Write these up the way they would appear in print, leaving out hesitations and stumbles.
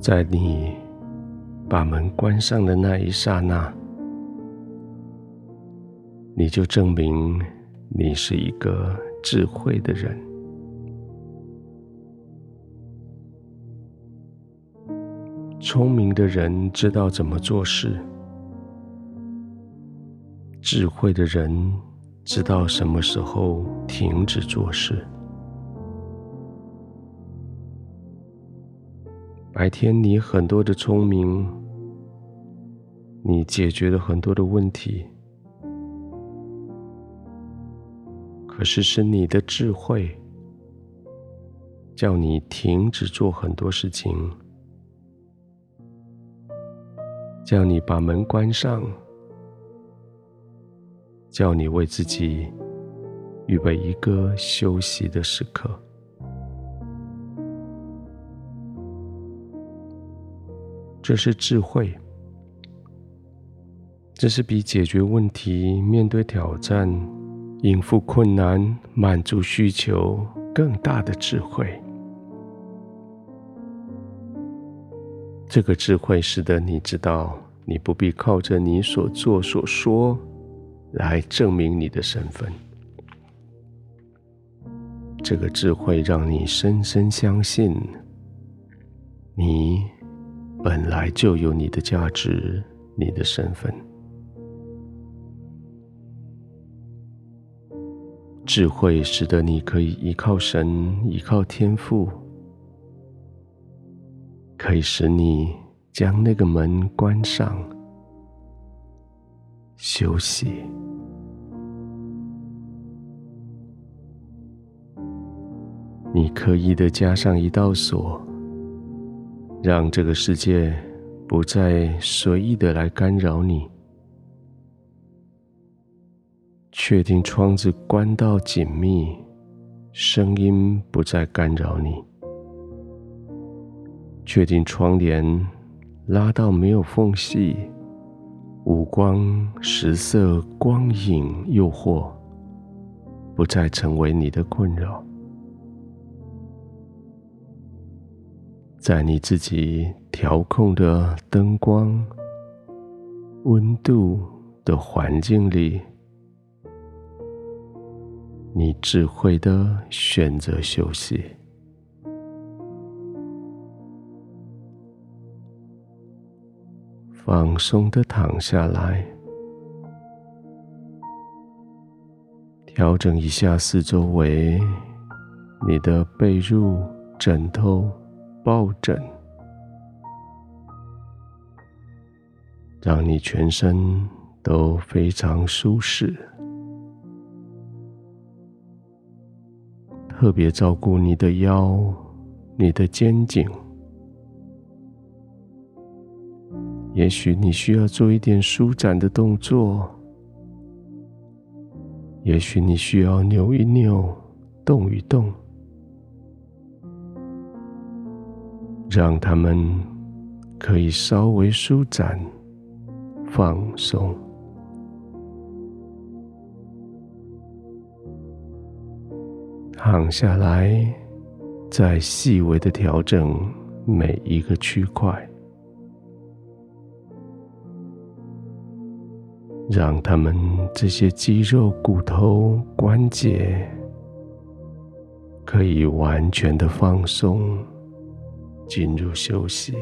在你把门关上的那一刹那，你就证明你是一个智慧的人。聪明的人知道怎么做事，智慧的人知道什么时候停止做事。白天你很多的聪明，你解决了很多的问题，可是是你的智慧叫你停止做很多事情，叫你把门关上，叫你为自己预备一个休息的时刻。这是智慧，这是比解决问题、面对挑战、应付困难、满足需求更大的智慧。这个智慧使得你知道，你不必靠着你所做所说来证明你的身份。这个智慧让你深深相信，你本来就有你的价值，你的身份。智慧使得你可以依靠神，依靠天父，可以使你将那个门关上，休息。你刻意的加上一道锁，让这个世界不再随意的来干扰你。确定窗子关到紧密，声音不再干扰你。确定窗帘拉到没有缝隙，五光十色光影诱惑不再成为你的困扰。在你自己调控的灯光、温度的环境里，你智慧地选择休息。放松地躺下来，调整一下四周围，你的被褥、枕头、抱枕，让你全身都非常舒适。特别照顾你的腰、你的肩颈。也许你需要做一点舒展的动作，也许你需要扭一扭、动一动，让它们可以稍微舒展、放松。躺下来，再细微的调整每一个区块，让它们这些肌肉、骨头、关节可以完全的放松，进入休息。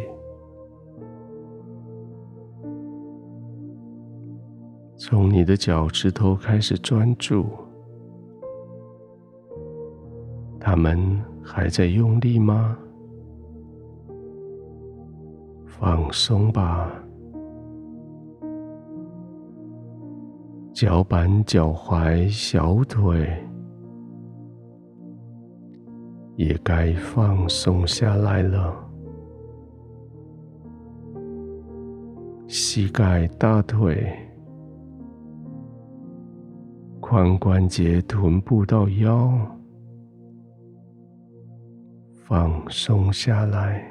从你的脚趾头开始专注，他们还在用力吗？放松吧。脚板、脚踝、小腿也该放松下来了。膝盖、大腿、髋关节、臀部到腰，放松下来。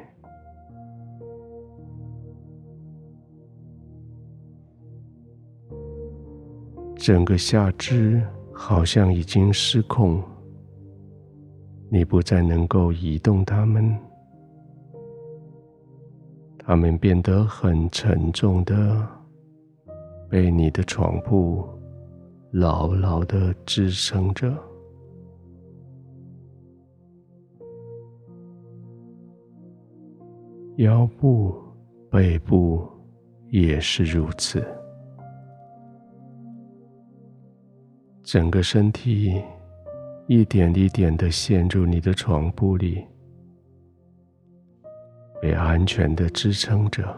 整个下肢好像已经失控，你不再能够移动它们。 它们变得很沉重的被你的床铺牢牢地支撑着。腰部、背部也是如此，整个身体一点一点地陷入你的床铺里，被安全地支撑着。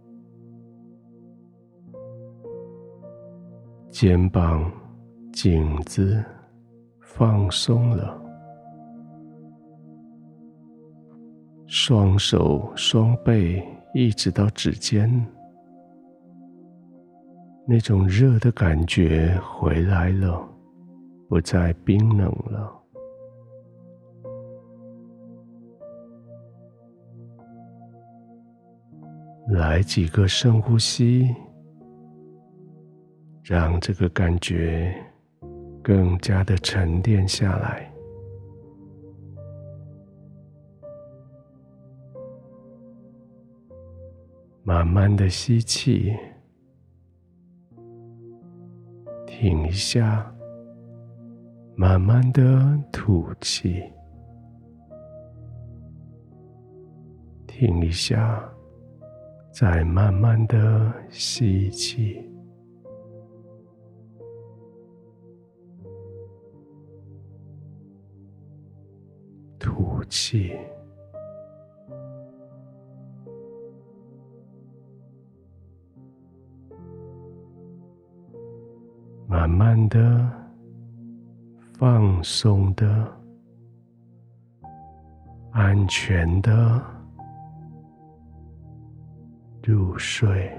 肩膀、颈子放松了，双手、双背一直到指尖，那种热的感觉回来了，不再冰冷了。来几个深呼吸，让这个感觉更加的沉淀下来。慢慢的吸气，停一下，慢慢的吐气，停一下，再慢慢的吸气，吐气。慢慢的、放松的、安全的入睡。